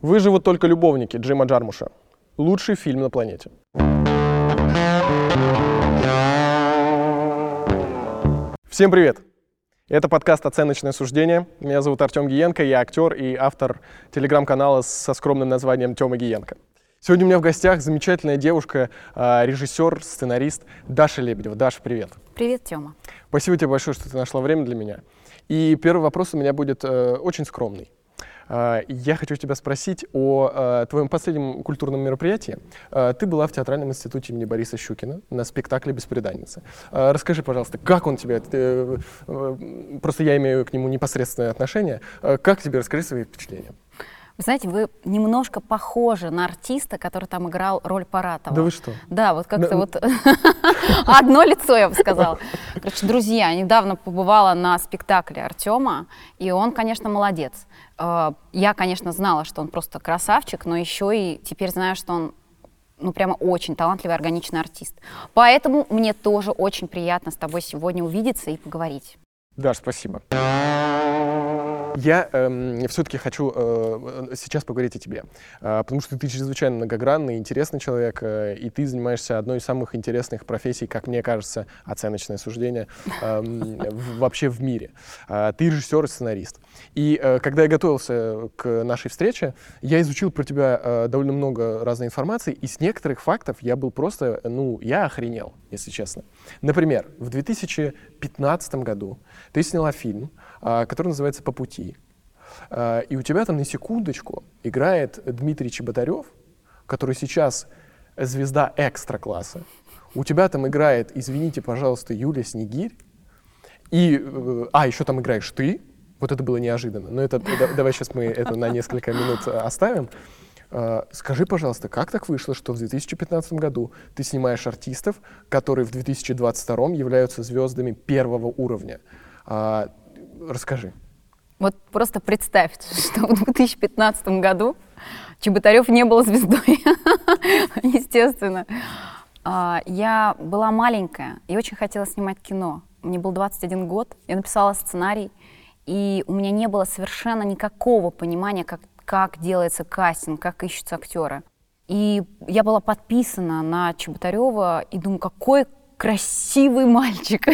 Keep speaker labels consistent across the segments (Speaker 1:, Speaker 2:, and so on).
Speaker 1: Выживут только любовники Джима Джармуша. Лучший фильм на планете. Всем привет! Это подкаст «Оценочное суждение». Меня зовут Артем Гиенко, я актер и автор телеграм-канала со скромным названием «Тёма Гиенко». Сегодня у меня в гостях замечательная девушка, режиссер, сценарист Даша Лебедева. Даша, привет.
Speaker 2: Привет, Тёма.
Speaker 1: Спасибо тебе большое, что ты нашла время для меня. И первый вопрос у меня будет очень скромный. Я хочу тебя спросить о твоем последнем культурном мероприятии. Ты была в Театральном институте имени Бориса Щукина на спектакле «Бесприданница». Расскажи, пожалуйста, как он тебе... Просто я имею к нему непосредственное отношение. Как тебе? Расскажи свои впечатления.
Speaker 2: Вы знаете, вы немножко похожи на артиста, который там играл роль Паратова.
Speaker 1: Да вы что?
Speaker 2: Да, вот как-то вот одно лицо, я бы сказала. Короче, друзья, недавно побывала на спектакле Артема, и он, конечно, молодец. Я, конечно, знала, что он просто красавчик, но еще и теперь знаю, что он прямо очень талантливый, органичный артист. Поэтому мне тоже очень приятно с тобой сегодня увидеться и поговорить.
Speaker 1: Даш, спасибо. Я все-таки хочу сейчас поговорить о тебе, потому что ты чрезвычайно многогранный, интересный человек, и ты занимаешься одной из самых интересных профессий, как мне кажется, оценочное суждение, вообще в мире. Ты режиссер и сценарист. И когда я готовился к нашей встрече, я изучил про тебя довольно много разной информации, и с некоторых фактов я был просто, я охренел, если честно. Например, в 2015 году ты сняла фильм, который называется «По пути». И у тебя там на секундочку играет Дмитрий Чеботарев, который сейчас звезда экстра-класса. У тебя там играет, извините, пожалуйста, Юлия Снегирь. И, еще там играешь ты. Вот это было неожиданно. Но давай сейчас мы это на несколько минут оставим. Скажи, пожалуйста, как так вышло, что в 2015 году ты снимаешь артистов, которые в 2022 являются звездами первого уровня? Расскажи.
Speaker 2: Вот просто представьте, что в 2015 году Чеботарев не был звездой, естественно. Я была маленькая и очень хотела снимать кино. Мне был 21 год, я написала сценарий, и у меня не было совершенно никакого понимания, как делается кастинг, как ищутся актеры. И я была подписана на Чеботарева и думаю, какой красивый мальчик.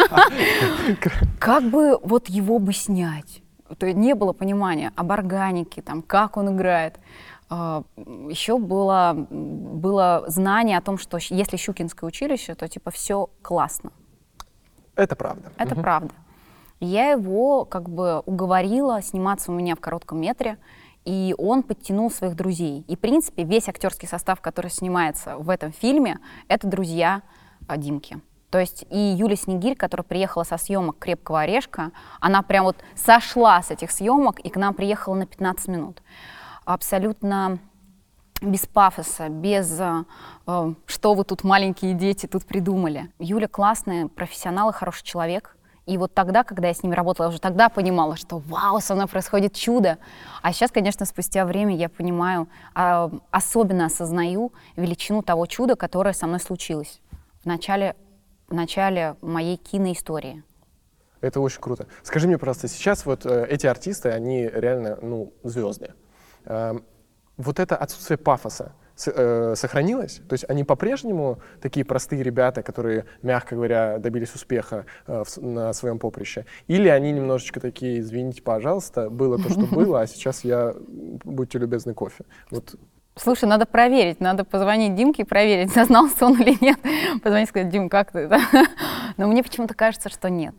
Speaker 2: Как бы вот его бы снять? То есть не было понимания об органике, как он играет. Еще было знание о том, что если Щукинское училище, то все классно.
Speaker 1: Это правда.
Speaker 2: Это правда. Я его уговорила сниматься у меня в коротком метре, и он подтянул своих друзей. И, в принципе, весь актерский состав, который снимается в этом фильме, это друзья Димки. То есть и Юлия Снегирь, которая приехала со съемок «Крепкого орешка», она прям вот сошла с этих съемок и к нам приехала на 15 минут. Абсолютно без пафоса, без «что вы тут, маленькие дети, тут придумали». Юля классная, профессионал и хороший человек. И вот тогда, когда я с ними работала, уже тогда понимала, что вау, со мной происходит чудо. А сейчас, конечно, спустя время я понимаю, особенно осознаю величину того чуда, которое со мной случилось в начале моей киноистории.
Speaker 1: Это очень круто. Скажи мне, пожалуйста, сейчас вот эти артисты, они реально, звезды. Вот это отсутствие пафоса сохранилось? То есть они по-прежнему такие простые ребята, которые, мягко говоря, добились успеха на своем поприще? Или они немножечко такие, извините, пожалуйста, было то, что было, а сейчас будьте любезны, кофе? Вот.
Speaker 2: Слушай, надо проверить, надо позвонить Димке и проверить, сознался он или нет. Позвонить и сказать: Дим, как ты? Но мне почему-то кажется, что нет.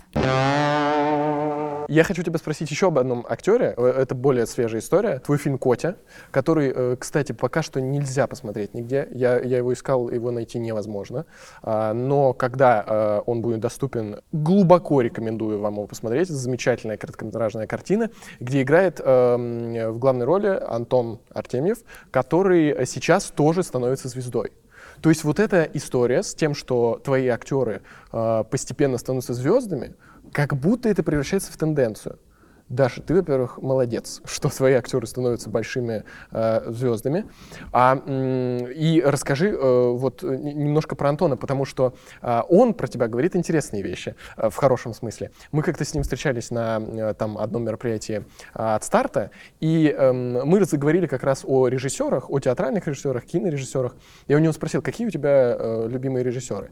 Speaker 1: Я хочу тебя спросить еще об одном актере. Это более свежая история. Твой фильм «Котя», который, кстати, пока что нельзя посмотреть нигде. Я его искал, его найти невозможно. Но когда он будет доступен, глубоко рекомендую вам его посмотреть. Это замечательная короткометражная картина, где играет в главной роли Антон Артемьев, который сейчас тоже становится звездой. То есть вот эта история с тем, что твои актеры постепенно становятся звездами, как будто это превращается в тенденцию. Даша, ты, во-первых, молодец, что твои актеры становятся большими звездами. И расскажи вот немножко про Антона, потому что он про тебя говорит интересные вещи, в хорошем смысле. Мы как-то с ним встречались на там, одном мероприятии от старта, и мы заговорили как раз о режиссерах, о театральных режиссерах, кинорежиссерах. Я у него спросил, какие у тебя любимые режиссеры?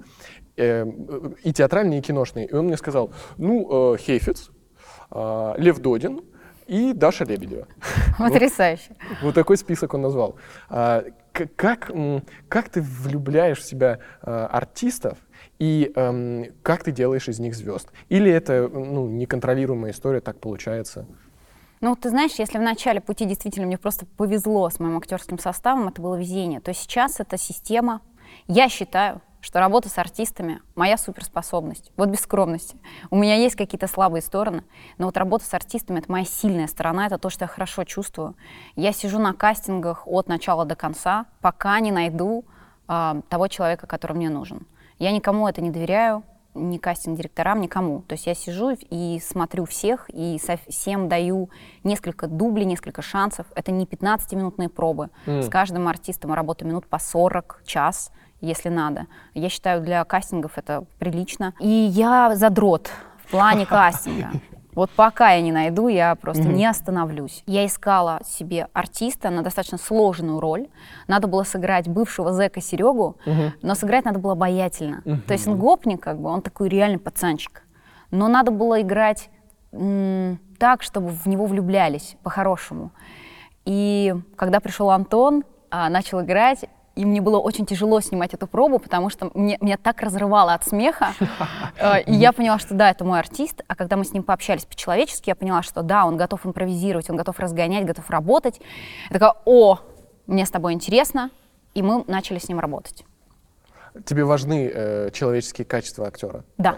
Speaker 1: И театральные, и киношные. И он мне сказал, Хейфиц, Лев Додин и Даша Лебедева.
Speaker 2: Потрясающе.
Speaker 1: Вот такой список он назвал. Как ты влюбляешь в себя артистов и как ты делаешь из них звезд? Или это неконтролируемая история, так получается?
Speaker 2: Ну, ты знаешь, если в начале пути действительно мне просто повезло с моим актерским составом, это было везение, то сейчас это система. Я считаю, что работа с артистами — моя суперспособность. Вот без скромности. У меня есть какие-то слабые стороны, но вот работа с артистами — это моя сильная сторона, это то, что я хорошо чувствую. Я сижу на кастингах от начала до конца, пока не найду того человека, который мне нужен. Я никому это не доверяю, ни кастинг-директорам, никому. То есть я сижу и смотрю всех, и всем даю несколько дублей, несколько шансов. Это не 15-минутные пробы. С каждым артистом я работаю минут по 40, час, если надо. Я считаю, для кастингов это прилично. И я задрот в плане кастинга. Вот пока я не найду, я просто не остановлюсь. Я искала себе артиста на достаточно сложную роль. Надо было сыграть бывшего зэка Серегу, но сыграть надо было обаятельно. То есть он гопник, он такой реальный пацанчик. Но надо было играть так, чтобы в него влюблялись, по-хорошему. И когда пришел Антон, начал играть, и мне было очень тяжело снимать эту пробу, потому что меня так разрывало от смеха. И я поняла, что да, это мой артист. А когда мы с ним пообщались по-человечески, я поняла, что да, он готов импровизировать, он готов разгонять, готов работать. Я такая, мне с тобой интересно. И мы начали с ним работать.
Speaker 1: Тебе важны человеческие качества актера?
Speaker 2: Да.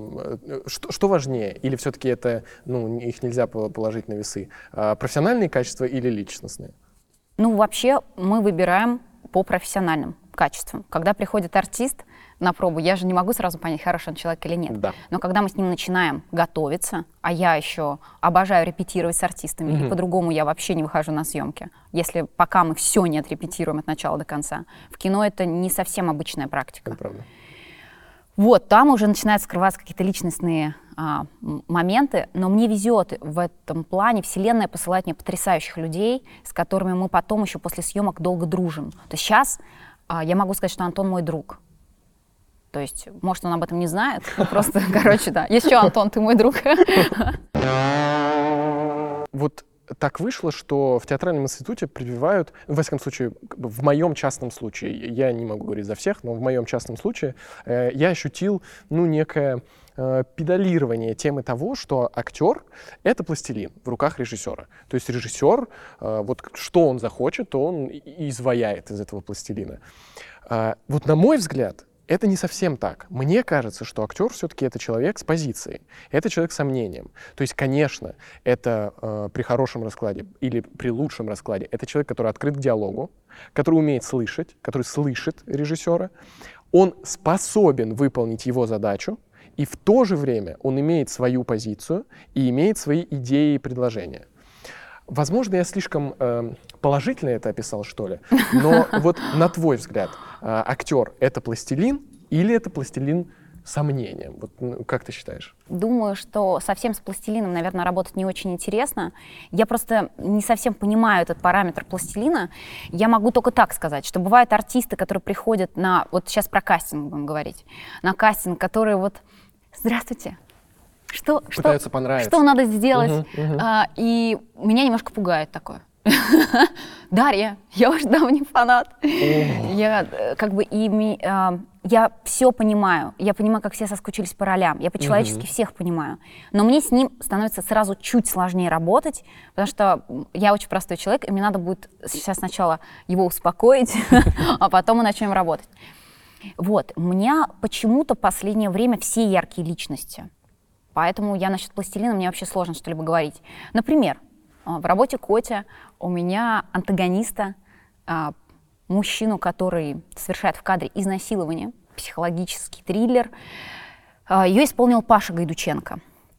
Speaker 1: Что важнее? Или все-таки это, их нельзя положить на весы? Профессиональные качества или личностные?
Speaker 2: Вообще мы выбираем по профессиональным качествам. Когда приходит артист на пробу, я же не могу сразу понять, хороший он человек или нет.
Speaker 1: Да.
Speaker 2: Но когда мы с ним начинаем готовиться, а я еще обожаю репетировать с артистами, и по-другому я вообще не выхожу на съемки, если пока мы все не отрепетируем от начала до конца. В кино это не совсем обычная практика.
Speaker 1: Это правда.
Speaker 2: Вот, там уже начинают скрываться какие-то личностные моменты, но мне везет в этом плане. Вселенная посылает мне потрясающих людей, с которыми мы потом еще после съемок долго дружим. То есть сейчас я могу сказать, что Антон мой друг. То есть, может, он об этом не знает, но просто, да. Есть что, Антон, ты мой друг.
Speaker 1: Вот так вышло, что в театральном институте прививают, во всяком случае, в моем частном случае, я не могу говорить за всех, но в моем частном случае я ощутил, некое педалирование темы того, что актер — это пластилин в руках режиссера. То есть режиссер, вот что он захочет, то он и изваяет из этого пластилина. Вот на мой взгляд, это не совсем так. Мне кажется, что актер все-таки это человек с позицией, это человек с мнением. То есть, конечно, это при хорошем раскладе или при лучшем раскладе, это человек, который открыт к диалогу, который умеет слышать, который слышит режиссера, он способен выполнить его задачу, и в то же время он имеет свою позицию и имеет свои идеи и предложения. Возможно, я слишком положительно это описал, что ли, но вот на твой взгляд, актер — это пластилин или это пластилин с мнением? Вот, как ты считаешь?
Speaker 2: Думаю, что совсем с пластилином, наверное, работать не очень интересно. Я просто не совсем понимаю этот параметр пластилина. Я могу только так сказать, что бывают артисты, которые приходят вот сейчас про кастинг будем говорить, на кастинг, которые здравствуйте, что
Speaker 1: понравиться.
Speaker 2: Что надо сделать? И меня немножко пугает такое. Дарья, я ваш давний фанат. Я все понимаю. Я понимаю, как все соскучились по ролям. Я по-человечески всех понимаю. Но мне с ним становится сразу чуть сложнее работать, потому что я очень простой человек, и мне надо будет сейчас сначала его успокоить, а потом мы начнем работать. Вот. У меня почему-то в последнее время все яркие личности. Поэтому насчет пластилина мне вообще сложно что-либо говорить. Например, в работе «Котя» у меня антагониста, мужчину, который совершает в кадре изнасилование, психологический триллер. Ее исполнил Паша Гайдученко.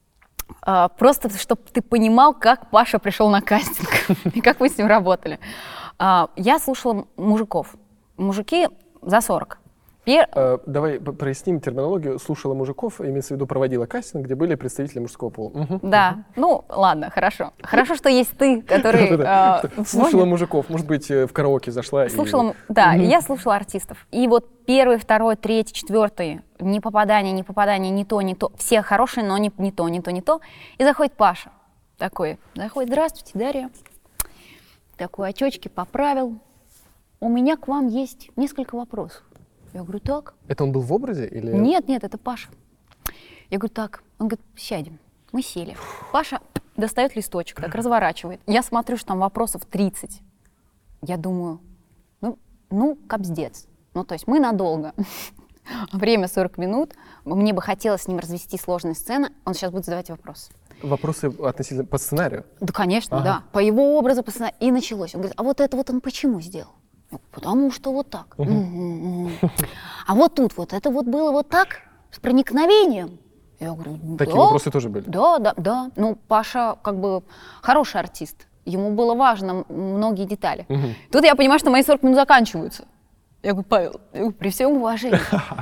Speaker 2: Просто, чтобы ты понимал, как Паша пришел на кастинг и как вы с ним работали. Я слушала мужиков. Мужики за 40.
Speaker 1: Давай проясним терминологию. Слушала мужиков, имеется в виду проводила кастинг, где были представители мужского пола.
Speaker 2: Да, ну ладно, хорошо. Хорошо, что есть ты, который...
Speaker 1: Слушала мужиков, может быть, в караоке зашла.
Speaker 2: Слушала, да, я слушала артистов. И вот первый, второй, третий, четвертый, не попадание, не то. Все хорошие, но не то. И заходит Паша. Заходит, здравствуйте, Дарья. Такой очечки поправил. У меня к вам есть несколько вопросов. Я говорю, так.
Speaker 1: Это он был в образе? Или...
Speaker 2: Нет, это Паша. Я говорю, так. Он говорит, сядем. Мы сели. Паша достает листочек, так разворачивает. Я смотрю, что там вопросов 30. Я думаю, капздец. То есть мы надолго. Время 40 минут. Мне бы хотелось с ним развести сложные сцены. Он сейчас будет задавать вопросы.
Speaker 1: Вопросы относительно по сценарию?
Speaker 2: Да, конечно, да. По его образу, по сценарию. И началось. Он говорит, а вот это вот он почему сделал? Потому что вот так. А вот тут вот это вот было вот так, с проникновением. Я говорю,
Speaker 1: такие вопросы тоже были?
Speaker 2: Да. Паша как бы хороший артист. Ему было важно многие детали. Тут я понимаю, что мои 40 минут заканчиваются. Я говорю, Павел, при всем уважении,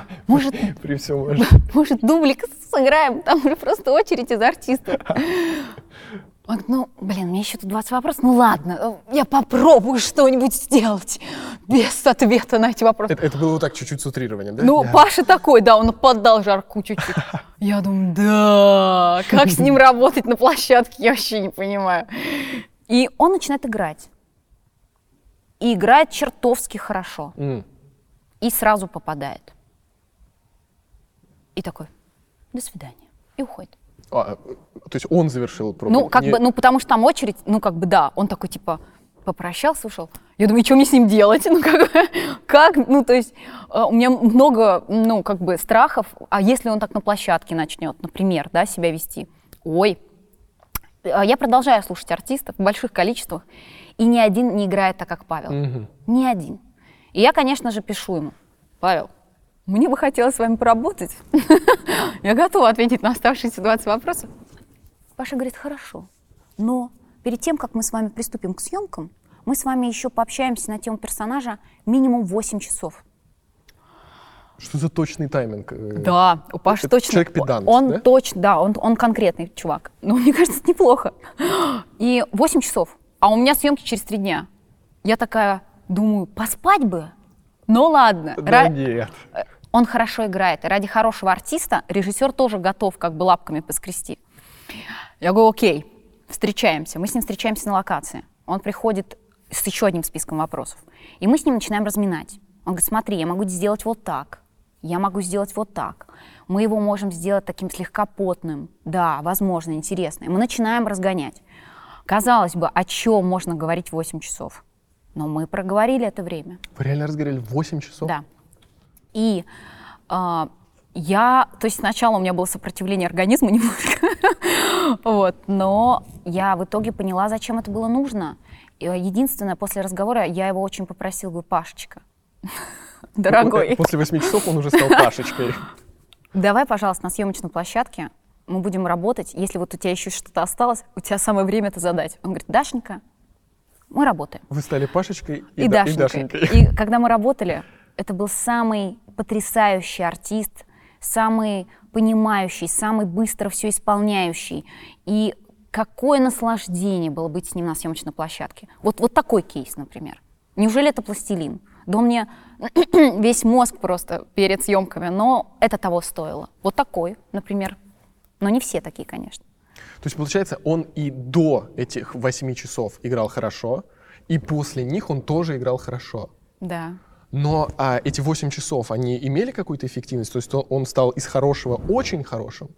Speaker 2: может, дублик сыграем, там уже просто очередь из артистов. Он говорит, мне еще тут 20 вопросов. Ладно, я попробую что-нибудь сделать без ответа на эти вопросы.
Speaker 1: Это было вот так чуть-чуть с утрированием, да?
Speaker 2: Паша такой, да, он поддал жарку чуть-чуть. Я думаю, да, как с ним работать на площадке, я вообще не понимаю. И он начинает играть. И играет чертовски хорошо. И сразу попадает. И такой, до свидания. И уходит.
Speaker 1: То есть он завершил пробу?
Speaker 2: Потому что там очередь, да, он такой, попрощался, ушел. Я думаю, что мне с ним делать? У меня много, страхов, а если он так на площадке начнет, например, да, себя вести? Я продолжаю слушать артистов в больших количествах, и ни один не играет так, как Павел. Ни один. И я, конечно же, пишу ему, Павел, мне бы хотелось с вами поработать. Я готова ответить на оставшиеся 20 вопросов. Паша говорит, хорошо, но перед тем, как мы с вами приступим к съемкам, мы с вами еще пообщаемся на тему персонажа минимум 8 часов.
Speaker 1: Что за точный тайминг?
Speaker 2: Да, у Паши точно.
Speaker 1: Человек-педант,
Speaker 2: он
Speaker 1: да?
Speaker 2: Точно, да, он конкретный чувак. Но мне кажется, это неплохо. И 8 часов, а у меня съемки через 3 дня. Я такая думаю, поспать бы? Ну ладно.
Speaker 1: Нет.
Speaker 2: Он хорошо играет. И ради хорошего артиста режиссер тоже готов как бы лапками поскрести. Я говорю, окей, встречаемся. Мы с ним встречаемся на локации. Он приходит с еще одним списком вопросов. И мы с ним начинаем разминать. Он говорит, смотри, я могу сделать вот так. Я могу сделать вот так. Мы его можем сделать таким слегка потным. Да, возможно, интересно. И мы начинаем разгонять. Казалось бы, о чем можно говорить 8 часов? Но мы проговорили это время.
Speaker 1: Вы реально разговаривали 8 часов?
Speaker 2: Да. И то есть сначала у меня было сопротивление организма немножко, но я в итоге поняла, зачем это было нужно. И единственное, после разговора я его очень попросила, говорю, Пашечка, дорогой.
Speaker 1: После 8 часов он уже стал Пашечкой.
Speaker 2: Давай, пожалуйста, на съемочной площадке мы будем работать. Если вот у тебя еще что-то осталось, у тебя самое время это задать. Он говорит, Дашенька, мы работаем.
Speaker 1: Вы стали Пашечкой
Speaker 2: и Дашенькой. И когда мы работали, это был самый потрясающий артист, самый понимающий, самый быстро все исполняющий. И какое наслаждение было быть с ним на съемочной площадке. Вот такой кейс, например. Неужели это пластилин? Да у меня весь мозг просто перед съемками, но это того стоило. Вот такой, например. Но не все такие, конечно.
Speaker 1: То есть, получается, он и до этих 8 часов играл хорошо, и после них он тоже играл хорошо.
Speaker 2: Да.
Speaker 1: Но эти 8 часов, они имели какую-то эффективность? То есть он стал из хорошего очень хорошим?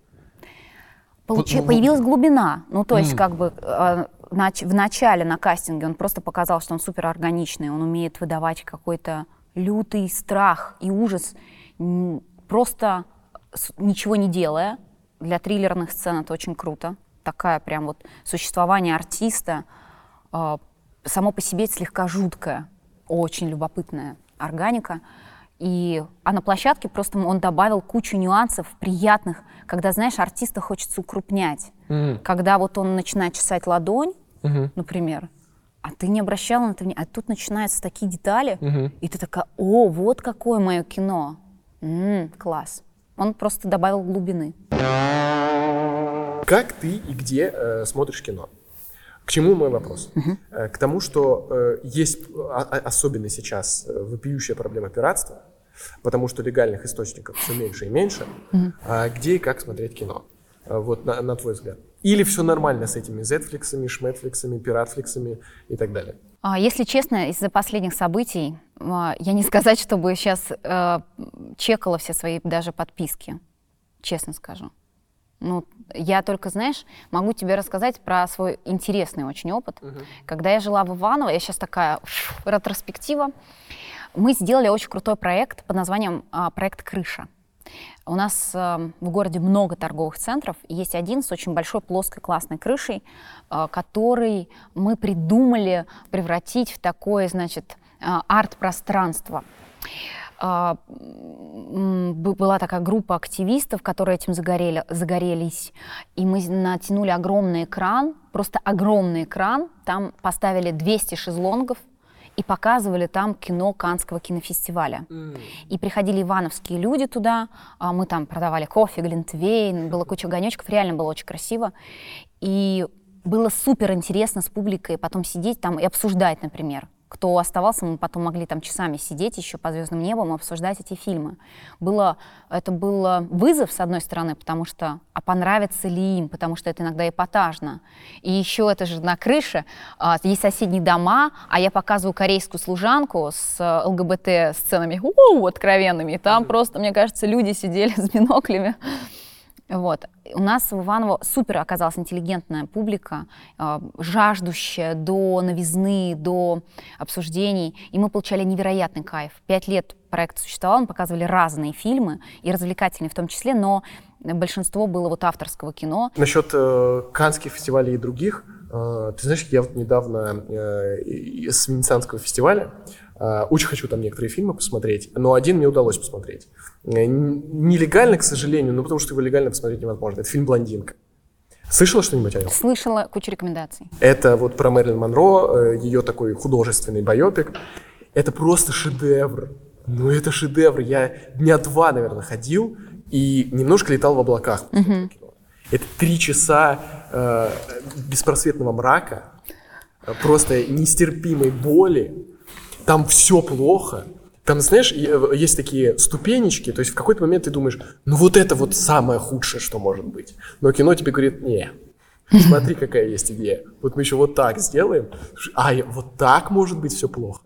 Speaker 2: Появилась глубина. То есть как бы в начале на кастинге он просто показал, что он супер органичный, он умеет выдавать какой-то лютый страх и ужас, просто ничего не делая. Для триллерных сцен это очень круто. Такая прям вот существование артиста само по себе слегка жуткое, очень любопытная органика. А на площадке просто он добавил кучу нюансов приятных, когда, знаешь, артиста хочется укрупнять. когда вот он начинает чесать ладонь, например, а ты не обращала на это внимания, а тут начинаются такие детали, и ты такая: о, вот какое мое кино. Класс. Он просто добавил глубины.
Speaker 1: Как ты и где смотришь кино? К чему мой вопрос? К тому, что есть особенно сейчас вопиющая проблема пиратства, потому что легальных источников все меньше и меньше. Где и как смотреть кино? Вот на твой взгляд. Или все нормально с этими зетфликсами, шметфликсами, пиратфликсами и так далее?
Speaker 2: Если честно, из-за последних событий, я не сказать, чтобы сейчас чекала все свои даже подписки, честно скажу. Ну, я только, знаешь, могу тебе рассказать про свой интересный очень опыт. Когда я жила в Иваново, я сейчас такая ретроспектива, мы сделали очень крутой проект под названием проект «Крыша». У нас в городе много торговых центров, и есть один с очень большой плоской классной крышей, который мы придумали превратить в такое, значит, арт-пространство. Была такая группа активистов, которые этим загорелись, и мы натянули огромный экран, просто огромный экран, там поставили 200 шезлонгов, и показывали там кино Каннского кинофестиваля. И приходили ивановские люди туда, мы там продавали кофе, глинтвейн, была куча огонечков, реально было очень красиво. И было супер интересно с публикой потом сидеть там и обсуждать, например. Кто оставался, мы потом могли там часами сидеть еще по звездным небам и обсуждать эти фильмы. Это был вызов, с одной стороны, потому что, а понравится ли им, потому что это иногда эпатажно. И еще это же на крыше, есть соседние дома, а я показываю корейскую служанку с ЛГБТ-сценами откровенными, и там просто, мне кажется, люди сидели с биноклями. Вот. У нас в Иваново супер оказалась интеллигентная публика, жаждущая до новизны, до обсуждений, и мы получали невероятный кайф. 5 лет проект существовал, мы показывали разные фильмы, и развлекательные в том числе, но большинство было вот авторского кино.
Speaker 1: Насчет Каннских фестивалей и других, ты знаешь, я вот недавно с Венецианского фестиваля очень хочу там некоторые фильмы посмотреть, но один мне удалось посмотреть. Нелегально, к сожалению, но потому что его легально посмотреть невозможно. Это фильм «Блондинка». Слышала что-нибудь о нем?
Speaker 2: Слышала, кучу рекомендаций.
Speaker 1: Это вот про Мэрилин Монро, ее такой художественный байопик. Это просто шедевр. Ну, это шедевр. Я дня 2, наверное, ходил и немножко летал в облаках. Это 3 часа беспросветного мрака, просто нестерпимой боли. Там все плохо. Там, знаешь, есть такие ступенечки, то есть в какой-то момент ты думаешь, ну вот это вот самое худшее, что может быть. Но кино тебе говорит: не, смотри, какая есть идея. Вот мы еще вот так сделаем, а вот так может быть все плохо.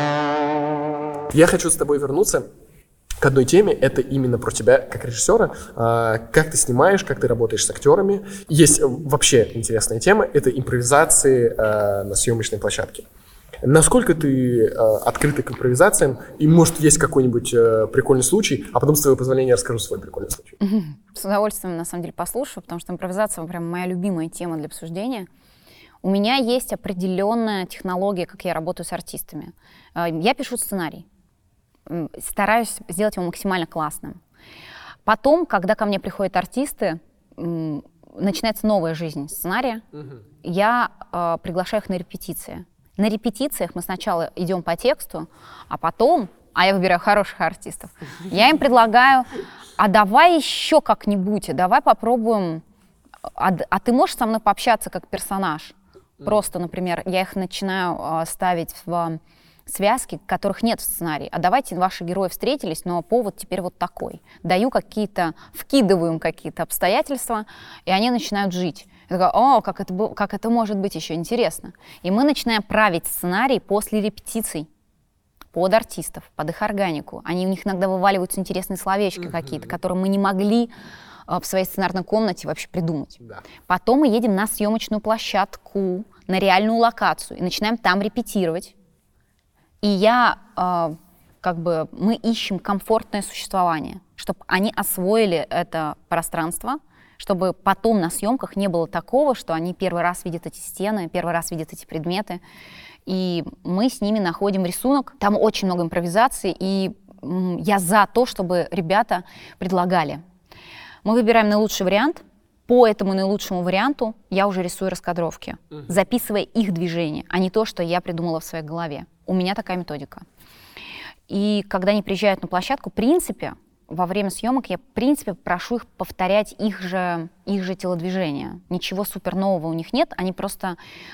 Speaker 1: Я хочу с тобой вернуться к одной теме, это именно про тебя как режиссера, как ты снимаешь, как ты работаешь с актерами. Есть вообще интересная тема, это импровизации на съемочной площадке. Насколько ты открыта к импровизациям? И, может, есть какой-нибудь прикольный случай, а потом, с твоего позволения, расскажу свой прикольный случай.
Speaker 2: С удовольствием, на самом деле, послушаю, потому что импровизация прям моя любимая тема для обсуждения. У меня есть определенная технология, как я работаю с артистами. Я пишу сценарий, стараюсь сделать его максимально классным. Потом, когда ко мне приходят артисты, начинается новая жизнь сценария, я приглашаю их на репетиции. На репетициях мы сначала идем по тексту, а потом, я выбираю хороших артистов, я им предлагаю: а давай еще как-нибудь, давай попробуем, а ты можешь со мной пообщаться как персонаж? Просто, например, я их начинаю ставить в связки, которых нет в сценарии. А давайте ваши герои встретились, но повод теперь вот такой. Вкидываю им какие-то обстоятельства, и они начинают жить. Я такая: как это может быть еще интересно. И мы начинаем править сценарий после репетиций под артистов, под их органику. У них иногда вываливаются интересные словечки какие-то, которые мы не могли в своей сценарной комнате вообще придумать. Да. Потом мы едем на съемочную площадку, на реальную локацию, и начинаем там репетировать. И мы ищем комфортное существование, чтобы они освоили это пространство, чтобы потом на съемках не было такого, что они первый раз видят эти стены, первый раз видят эти предметы. И мы с ними находим рисунок. Там очень много импровизации, и я за то, чтобы ребята предлагали. Мы выбираем наилучший вариант, по этому наилучшему варианту я уже рисую раскадровки, записывая их движения, а не то, что я придумала в своей голове. У меня такая методика. И когда они приезжают на площадку, в принципе, во время съемок я, в принципе, прошу их повторять их же телодвижения. Ничего супер нового у них нет, они просто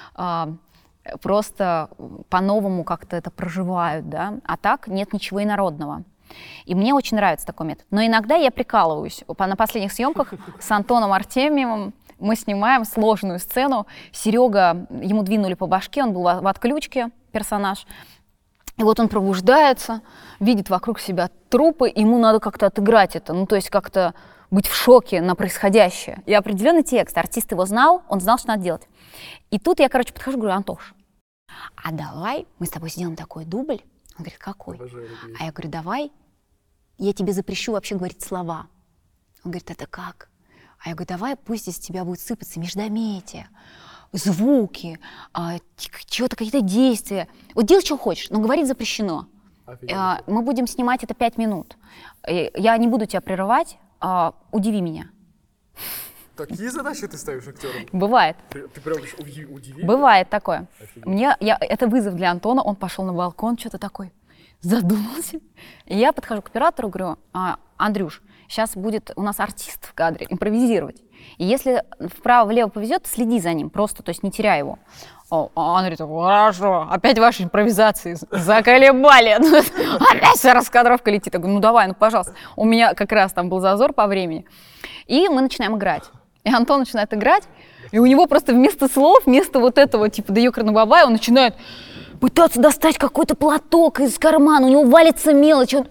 Speaker 2: по-новому как-то это проживают, да? А так нет ничего инородного. И мне очень нравится такой метод. Но иногда я прикалываюсь. На последних съемках с Антоном Артемьевым мы снимаем сложную сцену. Серега, ему двинули по башке, он был в отключке, персонаж. И вот он пробуждается, видит вокруг себя трупы, ему надо как-то отыграть это, ну то есть как-то быть в шоке на происходящее. И определенный текст, артист его знал, он знал, что надо делать. И тут я, подхожу, говорю: Антош, а давай мы с тобой сделаем такой дубль. Он говорит: какой? А я говорю: давай, я тебе запрещу вообще говорить слова. Он говорит: это как? А я говорю: давай, пусть из тебя будет сыпаться междометие, звуки, чего-то, какие-то действия. Вот делай, что хочешь, но говорить запрещено. Мы будем снимать это 5 минут. Я не буду тебя прерывать, удиви меня.
Speaker 1: Такие задачи ты ставишь актерам?
Speaker 2: Бывает.
Speaker 1: Ты прям удиви?
Speaker 2: Бывает такое. Это вызов для Антона, он пошел на балкон, что-то такой задумался. И я подхожу к оператору, говорю: Андрюш, сейчас будет у нас артист в кадре импровизировать. И если вправо-влево повезет, следи за ним просто, то есть не теряй его. Он говорит: хорошо, опять ваши импровизации заколебали. Опять вся раскадровка летит. Я говорю: ну давай, ну пожалуйста. У меня как раз там был зазор по времени. И мы начинаем играть. И Антон начинает играть, и у него просто вместо слов, вместо вот этого типа да ёкарный бабай, он начинает пытаться достать какой-то платок из кармана, у него валится мелочь, он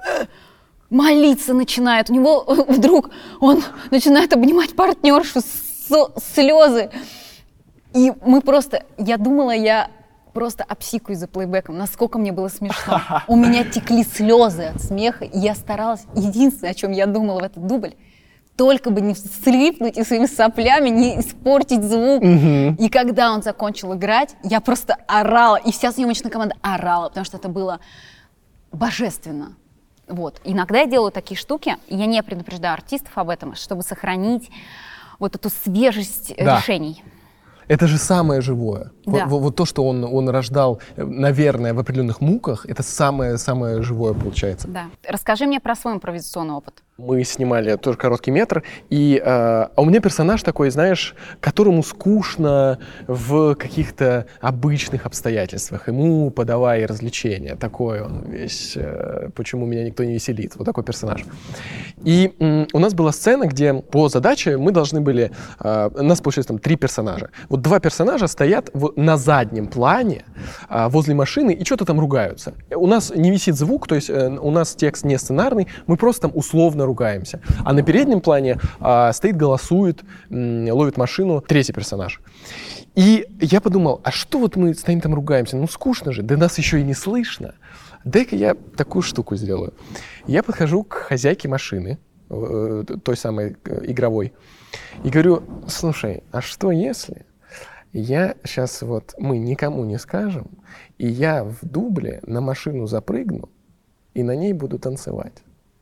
Speaker 2: молиться начинает, у него вдруг он начинает обнимать партнершу, слезы. И мы просто, я думала, я просто обсикаюсь за плейбеком, насколько мне было смешно. У меня текли слезы от смеха, и я старалась, единственное, о чем я думала в этот дубль, только бы не слипнуть и своими соплями не испортить звук. И когда он закончил играть, я просто орала, и вся съемочная команда орала, потому что это было божественно. Вот. Иногда я делаю такие штуки, и я не предупреждаю артистов об этом, чтобы сохранить вот эту свежесть решений.
Speaker 1: Это же самое живое.
Speaker 2: Да.
Speaker 1: Вот то, что он рождал, наверное, в определенных муках, это самое живое получается.
Speaker 2: Да. Расскажи мне про свой импровизационный опыт.
Speaker 1: Мы снимали тоже короткий метр, и у меня персонаж такой, знаешь, которому скучно в каких-то обычных обстоятельствах. Ему подавай развлечения. Такой он весь, почему меня никто не веселит. Вот такой персонаж. И у нас была сцена, где по задаче мы должны были, у нас получилось там 3 персонажа. Вот 2 персонажа стоят на заднем плане возле машины и что-то там ругаются. У нас не висит звук, то есть у нас текст не сценарный, мы просто там условно ругаемся. А на переднем плане стоит, голосует, ловит машину 3-й персонаж. И я подумал, а что вот мы стоим там ругаемся? Ну скучно же, да нас еще и не слышно. Дай-ка я такую штуку сделаю. Я подхожу к хозяйке машины, той самой игровой, и говорю: слушай, а что если я сейчас мы никому не скажем, и я в дубле на машину запрыгну и на ней буду танцевать?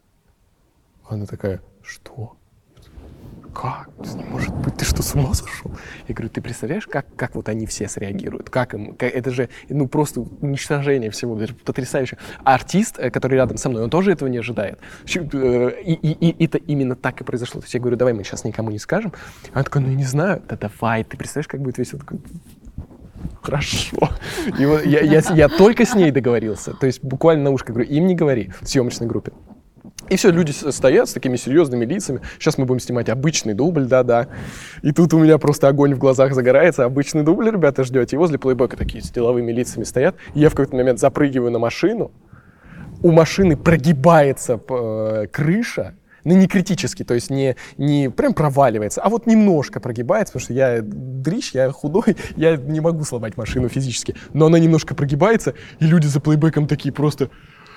Speaker 1: Она такая: что? Как? Не может быть, ты что, с ума сошел? Я говорю: ты представляешь, как вот они все среагируют? Это же просто уничтожение всего, это же потрясающе. А артист, который рядом со мной, он тоже этого не ожидает. И это именно так и произошло. То есть я говорю: давай мы сейчас никому не скажем. Она такая: ну я не знаю. Да давай, ты представляешь, как будет весело? Хорошо. И вот я только с ней договорился. То есть буквально на ушко говорю: им не говори, в съемочной группе. И все, люди стоят с такими серьезными лицами. Сейчас мы будем снимать обычный дубль, да-да. И тут у меня просто огонь в глазах загорается. Обычный дубль, ребята, ждете. И возле плейбека такие с деловыми лицами стоят. И я в какой-то момент запрыгиваю на машину. У машины прогибается крыша. Ну, не критически, то есть не прям проваливается, а вот немножко прогибается, потому что я дрищ, я худой, я не могу сломать машину физически. Но она немножко прогибается, и люди за плейбеком такие просто...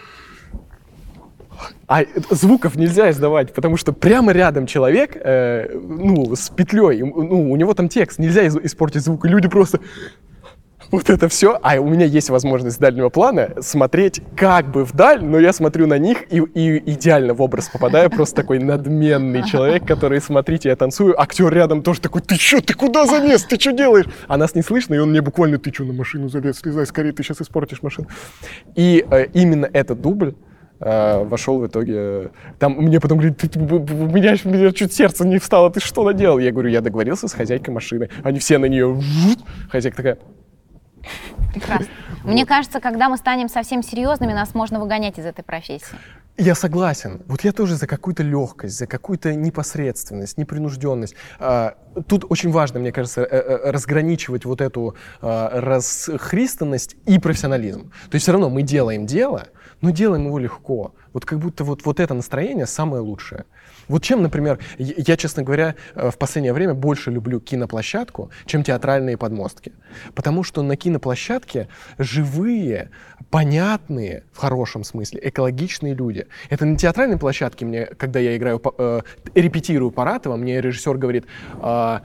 Speaker 1: А звуков нельзя издавать, потому что прямо рядом человек, с петлей, у него там текст, нельзя испортить звук, и люди просто вот это все. А у меня есть возможность с дальнего плана смотреть как бы вдаль, но я смотрю на них и идеально в образ попадаю. Просто такой надменный человек, который, смотрите, я танцую, актер рядом тоже такой: ты что, ты куда залез, ты что делаешь? А нас не слышно, и он мне буквально: ты что, на машину залез, слезай скорее, ты сейчас испортишь машину. И именно этот дубль вошел в итоге. Там мне потом говорят: у меня чуть сердце не встало, ты что наделал? Я говорю: я договорился с хозяйкой машины. Они все на нее. Хозяйка такая:
Speaker 2: прекрасно. Мне кажется, когда мы станем совсем серьезными, нас можно выгонять из этой профессии.
Speaker 1: Я согласен. Вот я тоже за какую-то легкость, за какую-то непосредственность, непринужденность. Тут очень важно, мне кажется, разграничивать вот эту расхристанность и профессионализм. То есть все равно мы делаем дело, но делаем его легко. Вот как будто вот это настроение самое лучшее. Вот чем, например, я, честно говоря, в последнее время больше люблю киноплощадку, чем театральные подмостки. Потому что на киноплощадке живые, понятные, в хорошем смысле, экологичные люди. Это на театральной площадке, мне, когда я играю, репетирую Паратова, мне режиссер говорит: а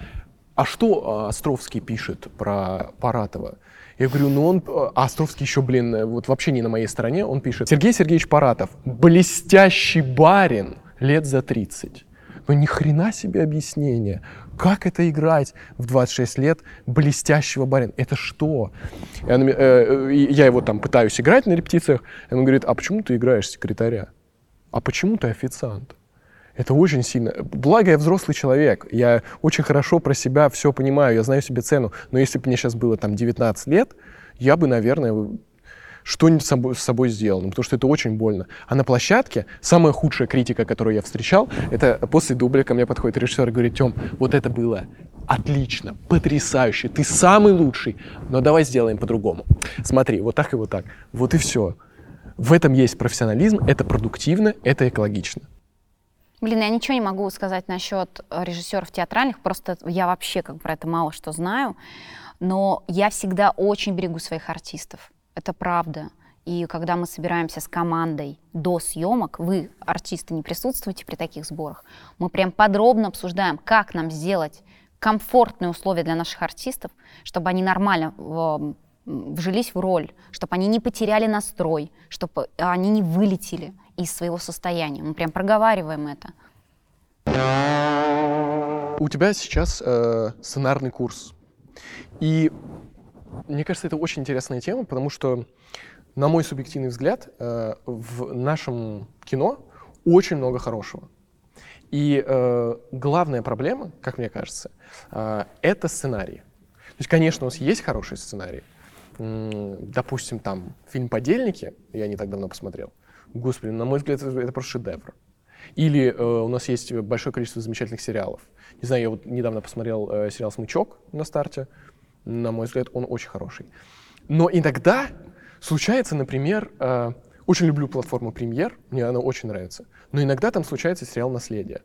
Speaker 1: что Островский пишет про Паратова? Я говорю: ну он, Островский еще, вот вообще не на моей стороне, он пишет: Сергей Сергеевич Паратов, блестящий барин, лет за 30. Ну ни хрена себе объяснение. Как это играть в 26 лет блестящего барина? Это что? Я его там пытаюсь играть на репетициях, и он говорит: а почему ты играешь секретаря? А почему ты официант? Это очень сильно. Благо, я взрослый человек, я очень хорошо про себя все понимаю, я знаю себе цену. Но если бы мне сейчас было там 19 лет, я бы, наверное, что-нибудь с собой сделал, потому что это очень больно. А на площадке самая худшая критика, которую я встречал, это после дубля ко мне подходит режиссер и говорит: Тём, вот это было отлично, потрясающе, ты самый лучший, но давай сделаем по-другому. Смотри, вот так и вот так. Вот и все. В этом есть профессионализм, это продуктивно, это экологично.
Speaker 2: Блин, я ничего не могу сказать насчет режиссеров театральных, просто я вообще про это мало что знаю, но я всегда очень берегу своих артистов, это правда. И когда мы собираемся с командой до съемок, вы, артисты, не присутствуете при таких сборах, мы прям подробно обсуждаем, как нам сделать комфортные условия для наших артистов, чтобы они нормально вжились в роль, чтобы они не потеряли настрой, чтобы они не вылетели из своего состояния. Мы прям проговариваем это.
Speaker 1: У тебя сейчас сценарный курс. И мне кажется, это очень интересная тема, потому что, на мой субъективный взгляд, в нашем кино очень много хорошего. И главная проблема, как мне кажется, это сценарий. То есть, конечно, у нас есть хорошие сценарии. Допустим, там фильм «Подельники», я не так давно посмотрел. Господи, на мой взгляд, это просто шедевр. Или у нас есть большое количество замечательных сериалов. Не знаю, я вот недавно посмотрел сериал «Смычок» на старте. На мой взгляд, он очень хороший. Но иногда случается, например, очень люблю платформу «Премьер», мне она очень нравится, но иногда там случается сериал «Наследие».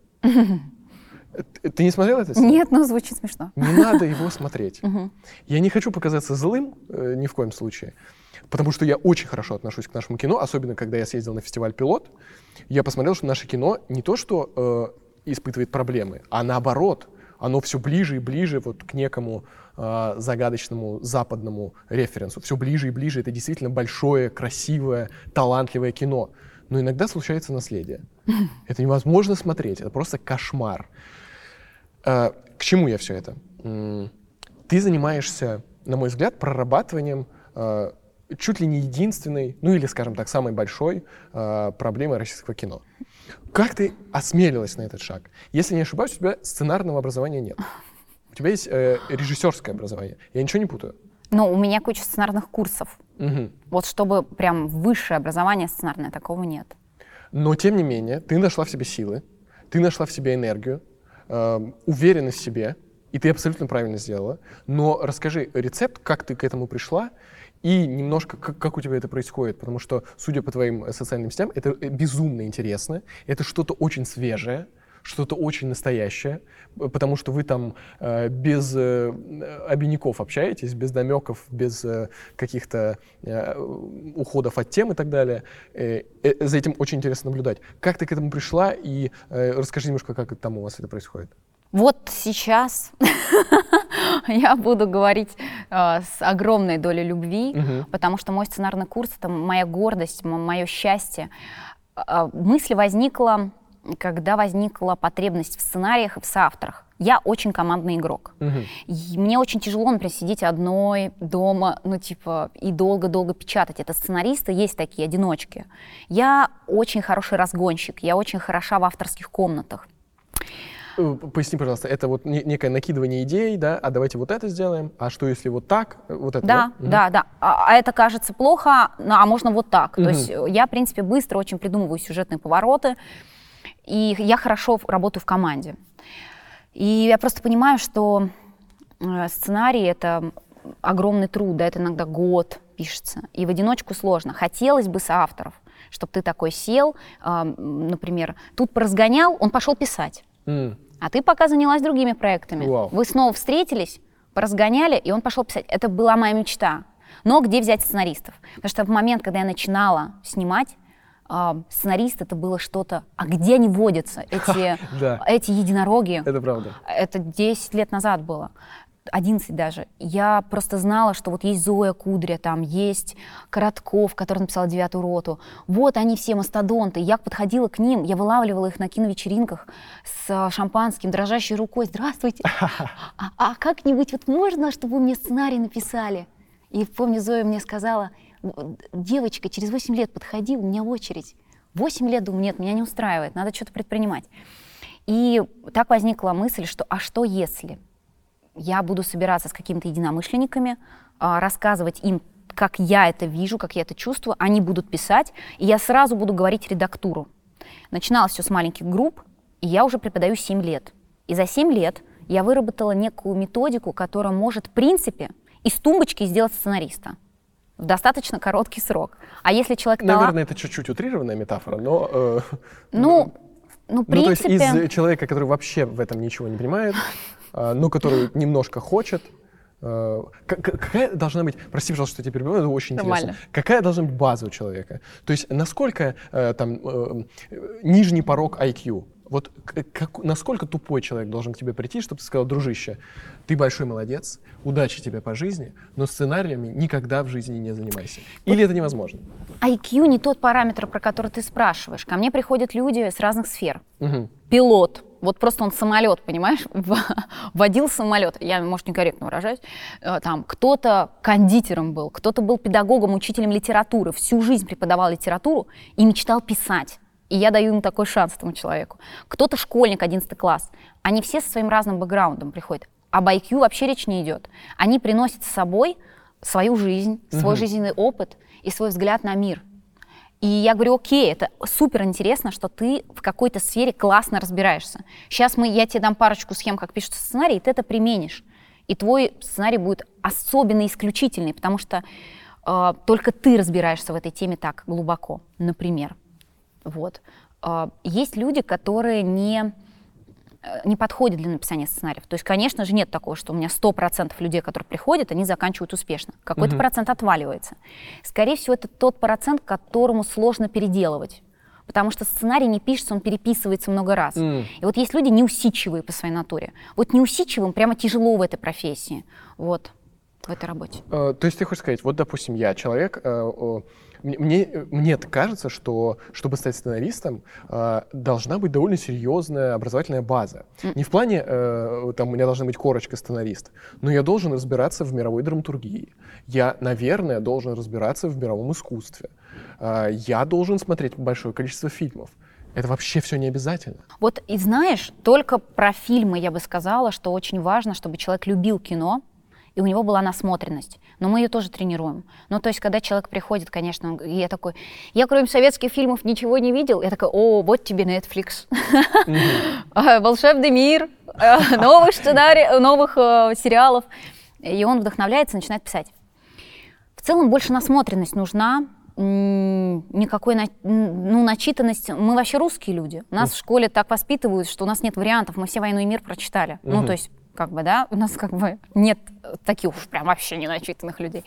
Speaker 1: Ты не смотрел это?
Speaker 2: Нет, но звучит смешно.
Speaker 1: Не надо его смотреть. Я не хочу показаться злым ни в коем случае, потому что я очень хорошо отношусь к нашему кино, особенно когда я съездил на фестиваль «Пилот». Я посмотрел, что наше кино не то, что испытывает проблемы, а наоборот, оно все ближе и ближе вот к некому загадочному западному референсу. Все ближе и ближе. Это действительно большое, красивое, талантливое кино. Но иногда случается наследие. Это невозможно смотреть. Это просто кошмар. К чему я все это? Ты занимаешься, на мой взгляд, прорабатыванием чуть ли не единственной, ну или, скажем так, самой большой проблемой российского кино. Как ты осмелилась на этот шаг? Если не ошибаюсь, у тебя сценарного образования нет. У тебя есть режиссерское образование. Я ничего не путаю?
Speaker 2: Ну, у меня куча сценарных курсов.
Speaker 1: Угу.
Speaker 2: Вот чтобы прям высшее образование сценарное, такого нет.
Speaker 1: Но, тем не менее, ты нашла в себе силы, ты нашла в себе энергию, уверенность в себе, и ты абсолютно правильно сделала. Но расскажи рецепт, как ты к этому пришла, и немножко, как у тебя это происходит, потому что, судя по твоим социальным сетям, это безумно интересно, это что-то очень свежее, что-то очень настоящее, потому что вы там без обиняков общаетесь, без намеков, без каких-то уходов от тем и так далее. За этим очень интересно наблюдать. Как ты к этому пришла, и расскажи немножко, как там у вас это происходит.
Speaker 2: Вот сейчас Я буду говорить с огромной долей любви, потому что мой сценарный курс — это моя гордость, мое счастье. Мысль возникла, когда возникла потребность в сценариях и в соавторах. Я очень командный игрок. И мне очень тяжело, например, сидеть одной дома, и долго-долго печатать. Это сценаристы, есть такие одиночки. Я очень хороший разгонщик, я очень хороша в авторских комнатах.
Speaker 1: Поясни, пожалуйста, это вот некое накидывание идей, да, а давайте вот это сделаем, а что если вот так, вот это?
Speaker 2: Да. А это кажется плохо, а можно вот так. То есть я, в принципе, быстро очень придумываю сюжетные повороты, и я хорошо работаю в команде. И я просто понимаю, что сценарий — это огромный труд, да, это иногда год пишется, и в одиночку сложно. Хотелось бы соавторов, чтобы ты такой сел, например, тут поразгонял, он пошел писать. А ты пока занялась другими проектами.
Speaker 1: Вау.
Speaker 2: Вы снова встретились, поразгоняли, и он пошел писать. Это была моя мечта. Но где взять сценаристов? Потому что в момент, когда я начинала снимать, сценарист — это было что-то... А где они водятся, эти единороги?
Speaker 1: Это правда.
Speaker 2: Это 10 лет назад было. 11 даже. Я просто знала, что вот есть Зоя Кудря, там есть Коротков, который написал «Девятую роту». Вот они все мастодонты. Я подходила к ним, я вылавливала их на киновечеринках с шампанским, дрожащей рукой. Здравствуйте. А как-нибудь вот можно, чтобы вы мне сценарий написали? И помню, Зоя мне сказала: девочка, через 8 лет подходи, у меня очередь. 8 лет, думаю, нет, меня не устраивает, надо что-то предпринимать. И так возникла мысль, что а что если я буду собираться с какими-то единомышленниками, рассказывать им, как я это вижу, как я это чувствую, они будут писать, и я сразу буду говорить редактуру. Начиналось все с маленьких групп, и я уже преподаю 7 лет. И за 7 лет я выработала некую методику, которая может, в принципе, из тумбочки сделать сценариста в достаточно короткий срок. А если человек...
Speaker 1: Наверное, это чуть-чуть утрированная метафора, но...
Speaker 2: в принципе...
Speaker 1: то есть из человека, который вообще в этом ничего не понимает, но который немножко хочет, какая должна быть, прости, пожалуйста, что я тебя перебиваю, это очень интересно, какая должна быть база у человека? То есть насколько нижний порог IQ? Вот насколько тупой человек должен к тебе прийти, чтобы ты сказал: дружище, ты большой молодец, удачи тебе по жизни, но сценариями никогда в жизни не занимайся. Или это невозможно?
Speaker 2: IQ не тот параметр, про который ты спрашиваешь. Ко мне приходят люди с разных сфер. Пилот. Вот просто он самолет, понимаешь, водил самолет. Я, может, некорректно выражаюсь. Там кто-то кондитером был, кто-то был педагогом, учителем литературы, всю жизнь преподавал литературу и мечтал писать. И я даю им такой шанс этому человеку. Кто-то школьник, 11 класс. Они все со своим разным бэкграундом приходят. Об IQ вообще речь не идет. Они приносят с собой свою жизнь, свой жизненный опыт и свой взгляд на мир. И я говорю: окей, это супер интересно, что ты в какой-то сфере классно разбираешься. Сейчас я тебе дам парочку схем, как пишется сценарий, и ты это применишь. И твой сценарий будет особенно исключительный, потому что только ты разбираешься в этой теме так глубоко, например. Вот. Есть люди, которые не подходят для написания сценариев. То есть, конечно же, нет такого, что у меня 100% людей, которые приходят, они заканчивают успешно. Какой-то процент отваливается. Скорее всего, это тот процент, которому сложно переделывать. Потому что сценарий не пишется, он переписывается много раз. И вот есть люди неусидчивые по своей натуре. Вот неусидчивым прямо тяжело в этой профессии. Вот. В этой работе.
Speaker 1: То есть ты хочешь сказать, вот, допустим, я человек, мне кажется, что чтобы стать сценаристом, должна быть довольно серьезная образовательная база. Не в плане, там, у меня должна быть корочка сценарист, но я должен разбираться в мировой драматургии. Я, наверное, должен разбираться в мировом искусстве. Я должен смотреть большое количество фильмов. Это вообще все не обязательно.
Speaker 2: Вот и знаешь, только про фильмы я бы сказала, что очень важно, чтобы человек любил кино, и у него была насмотренность. Но мы ее тоже тренируем. Ну, то есть, когда человек приходит, конечно, и я такой: я кроме советских фильмов ничего не видел. Я такая: о, вот тебе Netflix. Волшебный мир, новых сценариев, новых сериалов. И он вдохновляется, начинает писать. В целом, больше насмотренность нужна. Никакой начитанности. Мы вообще русские люди. Нас в школе так воспитывают, что у нас нет вариантов. Мы все «Войну и мир» прочитали. Ну, то есть, как бы, да, у нас как бы нет таких уж прям вообще неначитанных людей.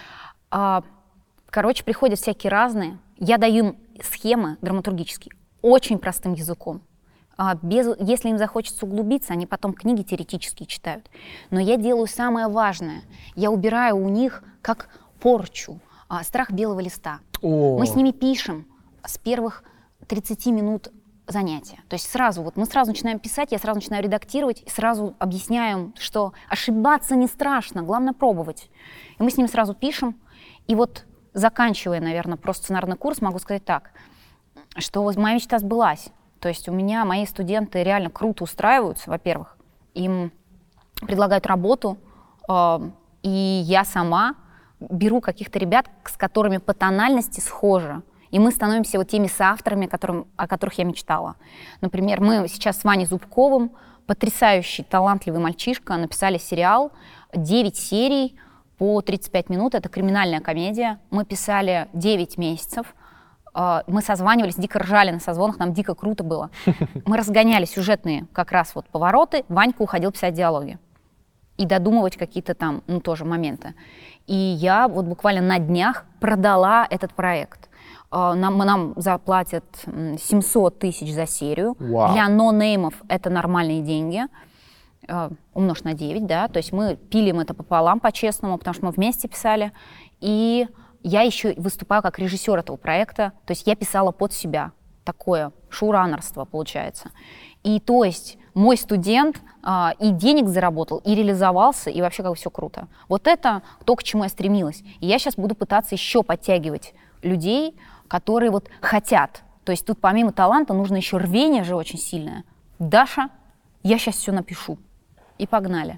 Speaker 2: Короче, приходят всякие разные. Я даю им схемы драматургические очень простым языком. Если им захочется углубиться, они потом книги теоретические читают. Но я делаю самое важное. Я убираю у них как порчу страх белого листа. Мы с ними пишем с первых 30 минут занятия. То есть мы сразу начинаем писать, я сразу начинаю редактировать, и сразу объясняем, что ошибаться не страшно, главное пробовать. И мы с ними сразу пишем. И вот заканчивая, наверное, просто сценарный курс, могу сказать так, что моя мечта сбылась. То есть у меня мои студенты реально круто устраиваются, во-первых. Им предлагают работу, и я сама беру каких-то ребят, с которыми по тональности схожи. И мы становимся вот теми соавторами, о которых я мечтала. Например, мы сейчас с Ваней Зубковым, потрясающий, талантливый мальчишка, написали сериал, 9 серий по 35 минут. Это криминальная комедия. Мы писали 9 месяцев. Мы созванивались, дико ржали на созвонах, нам дико круто было. Мы разгоняли сюжетные как раз вот повороты. Ванька уходил писать диалоги и додумывать какие-то там, тоже моменты. И я вот буквально на днях продала этот проект. Нам заплатят 700 тысяч за серию.
Speaker 1: Wow.
Speaker 2: Для ноунеймов это нормальные деньги. Умножь на 9, да. То есть мы пилим это пополам по-честному, потому что мы вместе писали. И я еще выступаю как режиссер этого проекта. То есть я писала под себя. Такое шоураннерство получается. И то есть мой студент и денег заработал, и реализовался, и вообще как бы все круто. Вот это то, к чему я стремилась. И я сейчас буду пытаться еще подтягивать людей, которые вот хотят. То есть тут помимо таланта нужно еще рвение же очень сильное. Даша, я сейчас все напишу. И погнали.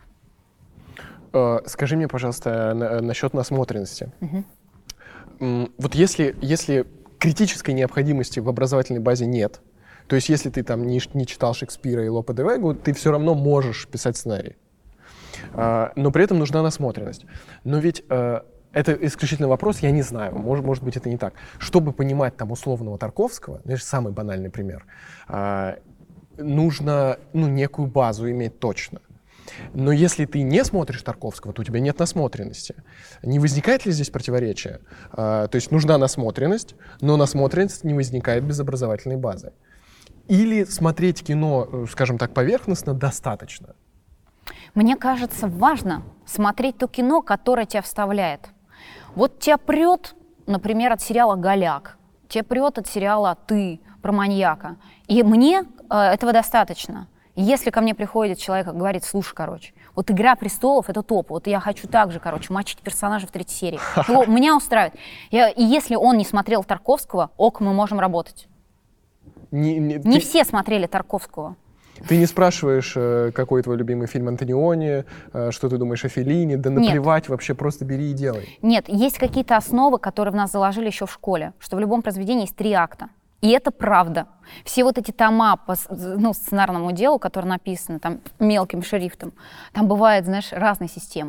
Speaker 1: Скажи мне, пожалуйста, насчет насмотренности. Вот если критической необходимости в образовательной базе нет, то есть если ты там не читал Шекспира и Лопе де Вегу, ты все равно можешь писать сценарий. Но при этом нужна насмотренность. Но ведь это исключительно вопрос, я не знаю, может быть, это не так. Чтобы понимать там условного Тарковского, это же самый банальный пример, нужно некую базу иметь точно. Но если ты не смотришь Тарковского, то у тебя нет насмотренности. Не возникает ли здесь противоречия? То есть нужна насмотренность, но насмотренность не возникает без образовательной базы. Или смотреть кино, скажем так, поверхностно достаточно?
Speaker 2: Мне кажется, важно смотреть то кино, которое тебя вставляет. Вот тебя прет, например, от сериала «Голяк», тебя прет от сериала «Ты» про маньяка. И мне этого достаточно. Если ко мне приходит человек и говорит: слушай, вот «Игра престолов» — это топ, вот я хочу так же, мочить персонажа в 3-й серии. Меня устраивает. И если он не смотрел Тарковского, мы можем работать. Не все смотрели Тарковского.
Speaker 1: Ты не спрашиваешь, какой твой любимый фильм Антониони, что ты думаешь о Феллини, да наплевать. Нет. Вообще просто бери и делай.
Speaker 2: Нет, есть какие-то основы, которые в нас заложили еще в школе, что в любом произведении есть 3 акта. И это правда. Все вот эти тома по сценарному делу, которые написаны там мелким шрифтом, там бывают, разные системы.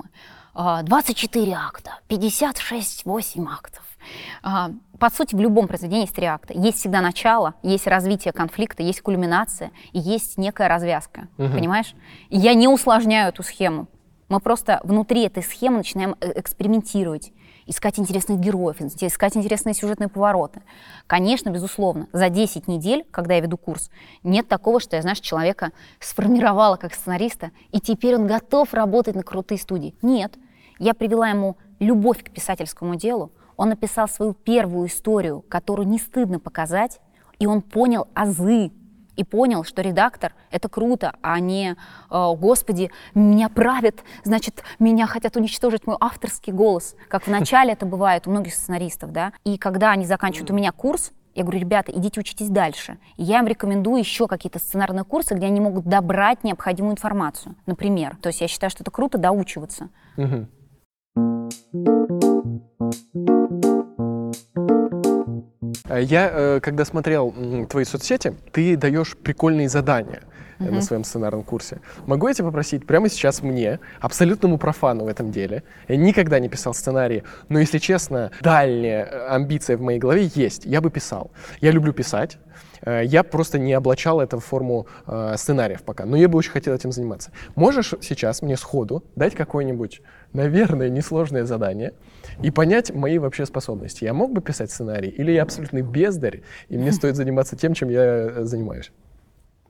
Speaker 2: 24 акта, 56-8 актов. По сути, в любом произведении есть 3 акта. Есть всегда начало, есть развитие конфликта, есть кульминация и есть некая развязка. Понимаешь? И я не усложняю эту схему. Мы просто внутри этой схемы начинаем экспериментировать, искать интересных героев, искать интересные сюжетные повороты. Конечно, безусловно, за 10 недель, когда я веду курс, нет такого, что я, человека сформировала как сценариста, и теперь он готов работать на крутые студии. Нет. Я привела ему любовь к писательскому делу, он написал свою первую историю, которую не стыдно показать, и он понял азы, и понял, что редактор — это круто, а не «Господи, меня правят, значит, меня хотят уничтожить мой авторский голос», как вначале это бывает у многих сценаристов, да. И когда они заканчивают у меня курс, я говорю: ребята, идите учитесь дальше. И я им рекомендую еще какие-то сценарные курсы, где они могут добрать необходимую информацию, например. То есть я считаю, что это круто доучиваться.
Speaker 1: Я, когда смотрел твои соцсети, ты даешь прикольные задания на своем сценарном курсе. Могу я тебя попросить прямо сейчас мне, абсолютному профану в этом деле, я никогда не писал сценарии, но, если честно, дальняя амбиция в моей голове есть, я бы писал. Я люблю писать, я просто не облачал это в форму сценариев пока, но я бы очень хотел этим заниматься. Можешь сейчас мне сходу дать какое-нибудь, наверное, несложное задание и понять мои вообще способности? Я мог бы писать сценарий или я абсолютный бездарь, и мне стоит заниматься тем, чем я занимаюсь?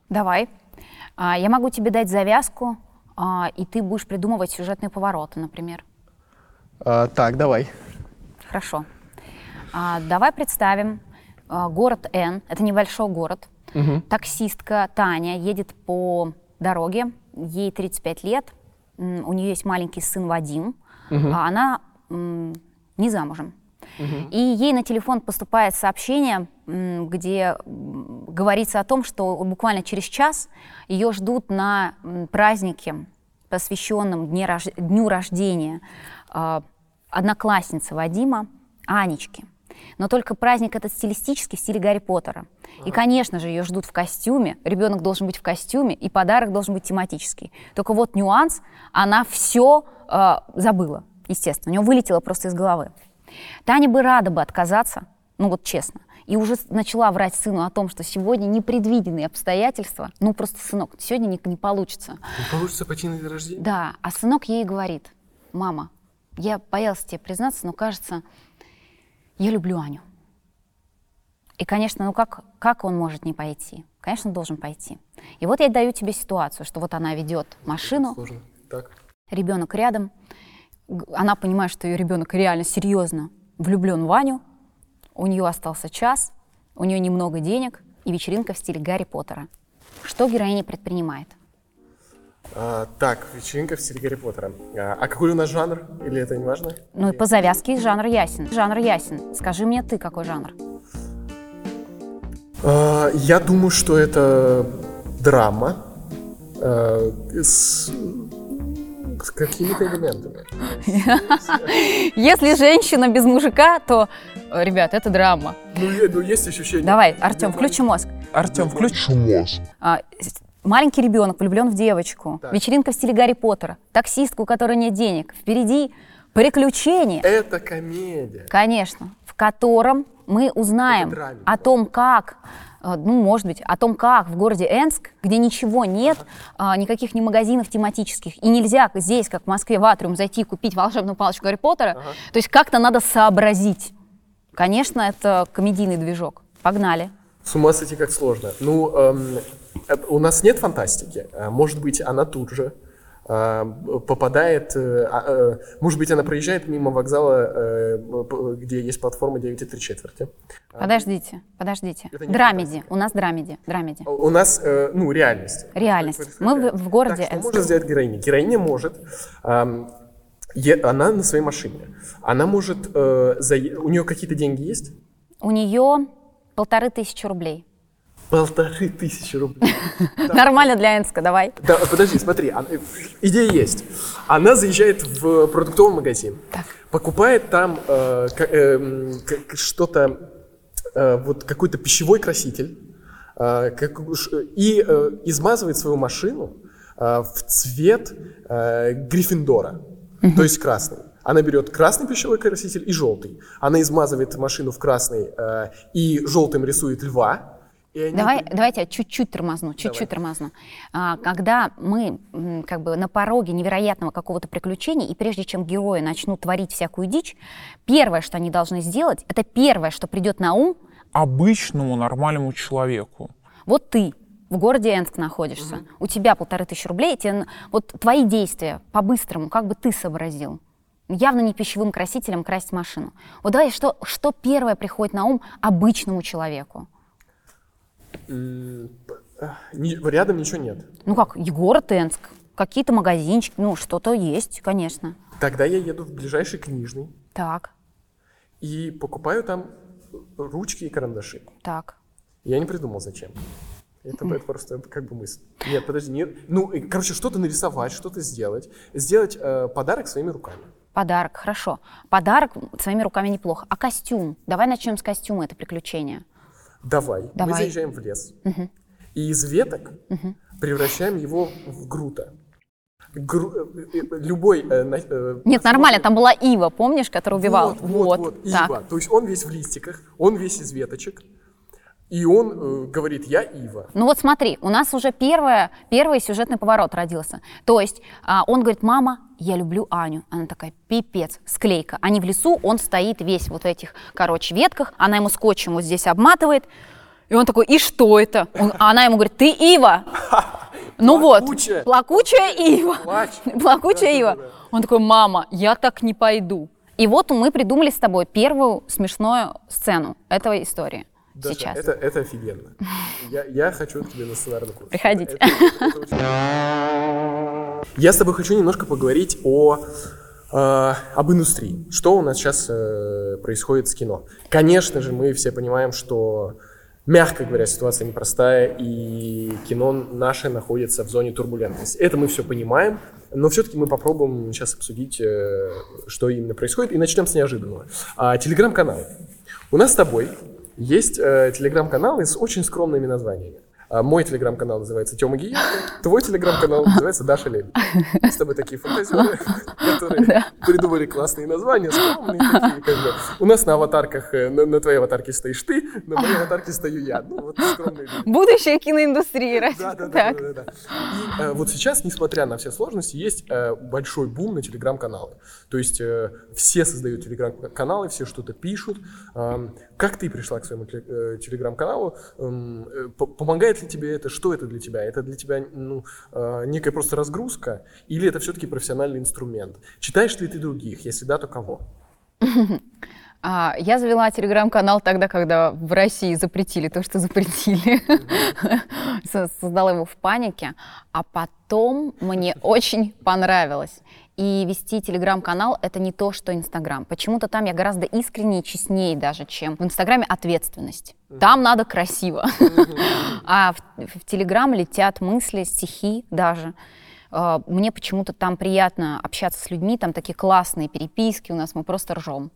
Speaker 2: Давай. Я могу тебе дать завязку, и ты будешь придумывать сюжетные повороты, например.
Speaker 1: Так, давай.
Speaker 2: Хорошо. Давай представим город Н, это небольшой город. Таксистка Таня едет по дороге, ей 35 лет, у нее есть маленький сын Вадим, а она не замужем. И ей на телефон поступает сообщение, где говорится о том, что буквально через час ее ждут на празднике, посвященном дню рождения одноклассницы Вадима, Анечки. Но только праздник этот стилистический, в стиле Гарри Поттера. И, конечно же, ее ждут в костюме, ребенок должен быть в костюме, и подарок должен быть тематический. Только вот нюанс, она все забыла, естественно, у нее вылетело просто из головы. Таня бы рада бы отказаться, ну вот честно, и уже начала врать сыну о том, что сегодня непредвиденные обстоятельства, ну просто, сынок, сегодня не получится.
Speaker 1: Не получится пойти на день рождения?
Speaker 2: Да, а сынок ей говорит: мама, я боялась тебе признаться, но кажется, я люблю Аню. И, конечно, ну как он может не пойти? Конечно, должен пойти. И вот я даю тебе ситуацию, что вот она ведет машину,
Speaker 1: Сложно. Так.
Speaker 2: ребенок рядом, она понимает, что ее ребенок реально серьезно влюблен в Ваню, у нее остался час, у нее немного денег и вечеринка в стиле Гарри Поттера. Что героиня предпринимает?
Speaker 1: Так, вечеринка в стиле Гарри Поттера. А какой у нас жанр? Или это не важно?
Speaker 2: Ну и по завязке жанр ясен. Жанр ясен. Скажи мне ты, какой жанр?
Speaker 1: Я думаю, что это драма с какими-то элементами.
Speaker 2: Если женщина без мужика, то, ребят, это драма.
Speaker 1: Ну, есть ощущение.
Speaker 2: Давай, Артем, включи мозг.
Speaker 1: Артем, включи мозг.
Speaker 2: Маленький ребенок влюблен в девочку.
Speaker 1: Так.
Speaker 2: Вечеринка в стиле Гарри Поттера. Таксистка, у которой нет денег. Впереди приключения.
Speaker 1: Это комедия.
Speaker 2: Конечно, в котором мы узнаем о том, как, ну, может быть, о том, как в городе Энск, где ничего нет, никаких ни магазинов тематических, и нельзя здесь, как в Москве, в Атриум зайти и купить волшебную палочку Гарри Поттера, то есть как-то надо сообразить. Конечно, это комедийный движок. Погнали.
Speaker 1: С ума сойти, как сложно. Ну, у нас нет фантастики. Может быть, она тут же попадает... Может быть, она проезжает мимо вокзала, где есть платформа 9,3.
Speaker 2: Подождите. Драмеди. У нас драмеди.
Speaker 1: У нас, ну, реальность.
Speaker 2: Реальность. Мы в городе
Speaker 1: Так, что
Speaker 2: Энск.
Speaker 1: может сделать героиня? Героиня может... Она на своей машине. Она может... У нее какие-то деньги есть?
Speaker 2: У нее 1500 рублей.
Speaker 1: 1500 рублей.
Speaker 2: Нормально для Энска, давай.
Speaker 1: Да, подожди, смотри, идея есть. Она заезжает в продуктовый магазин, покупает там что-то, вот какой-то пищевой краситель, и измазывает свою машину в цвет Гриффиндора, то есть красный. Она берет красный пищевой краситель и желтый. Она измазывает машину в красный и желтым рисует льва.
Speaker 2: Давайте я чуть-чуть тормозну. Когда мы как бы на пороге невероятного какого-то приключения, и прежде чем герои начнут творить всякую дичь, первое, что они должны сделать, это первое, что придет на ум
Speaker 3: обычному нормальному человеку.
Speaker 2: Вот ты в городе Энск находишься, у тебя 1500 рублей, вот твои действия по-быстрому, как бы ты сообразил? Явно не пищевым красителем красить машину. Вот давай, что первое приходит на ум обычному человеку?
Speaker 1: Рядом ничего нет.
Speaker 2: Ну как, город Энск, какие-то магазинчики, ну что-то есть, конечно.
Speaker 1: Тогда я еду в ближайший книжный.
Speaker 2: Так.
Speaker 1: И покупаю там ручки и карандаши.
Speaker 2: Так.
Speaker 1: Я не придумал, зачем. Это просто как бы мысль. Нет, подожди, нет. Ну, короче, что-то нарисовать, что-то сделать. Сделать подарок своими руками.
Speaker 2: Подарок, хорошо. Подарок своими руками неплохо. А костюм? Давай начнем с костюма, это приключение.
Speaker 1: Давай. Мы заезжаем в лес. И из веток превращаем его в Грута. Любой...
Speaker 2: Нет, нормально, там была Ива, помнишь, которая убивала?
Speaker 1: Вот, Ива. То есть он весь в листиках, он весь из веточек. И он говорит: я Ива.
Speaker 2: Ну вот смотри, у нас уже первый сюжетный поворот родился. То есть он говорит: мама, я люблю Аню. Она такая: пипец, склейка. Они в лесу, он стоит весь вот в этих, ветках, она ему скотчем вот здесь обматывает. И он такой, и что это? А она ему говорит, ты Ива. Ну вот, плакучая Ива. Плакучая Ива. Он такой, мама, я так не пойду. И вот мы придумали с тобой первую смешную сцену этого истории.
Speaker 1: Даша,
Speaker 2: сейчас.
Speaker 1: Это офигенно. Я хочу к тебе на сценарный курс.
Speaker 2: Приходите.
Speaker 1: Я с тобой хочу немножко поговорить об индустрии. Что у нас сейчас происходит с кино? Конечно же, мы все понимаем, что, мягко говоря, ситуация непростая, и кино наше находится в зоне турбулентности. Это мы все понимаем, но все-таки мы попробуем сейчас обсудить, что именно происходит, и начнем с неожиданного. Телеграм-каналы. У нас с тобой есть телеграм-каналы с очень скромными названиями. Мой телеграм-канал называется Тёма Гиенко, твой телеграм-канал называется Даша Лебедь. Мы с тобой такие фантазеры, которые придумали классные названия, скромные такие, как бы. У нас на аватарках, на твоей аватарке стоишь ты, на моей аватарке стою я. Ну, вот скромные люди.
Speaker 2: Будущее киноиндустрии.
Speaker 1: Да. И вот сейчас, несмотря на все сложности, есть большой бум на телеграм-каналы. То есть все создают телеграм-каналы, все что-то пишут. Как ты пришла к своему телеграм-каналу? Помогает ли тебе это? Что это для тебя? Это для тебя некая просто разгрузка? Или это все-таки профессиональный инструмент? Читаешь ли ты других? Если да, то кого?
Speaker 2: Я завела телеграм-канал тогда, когда в России запретили то, что запретили. Создала его в панике. А потом мне очень понравилось. И вести телеграм-канал — это не то, что Инстаграм. Почему-то там я гораздо искреннее, честнее даже, чем в Инстаграме ответственность. Там надо красиво. А в Телеграм летят мысли, стихи даже. Мне почему-то там приятно общаться с людьми, там такие классные переписки у нас, мы просто ржем.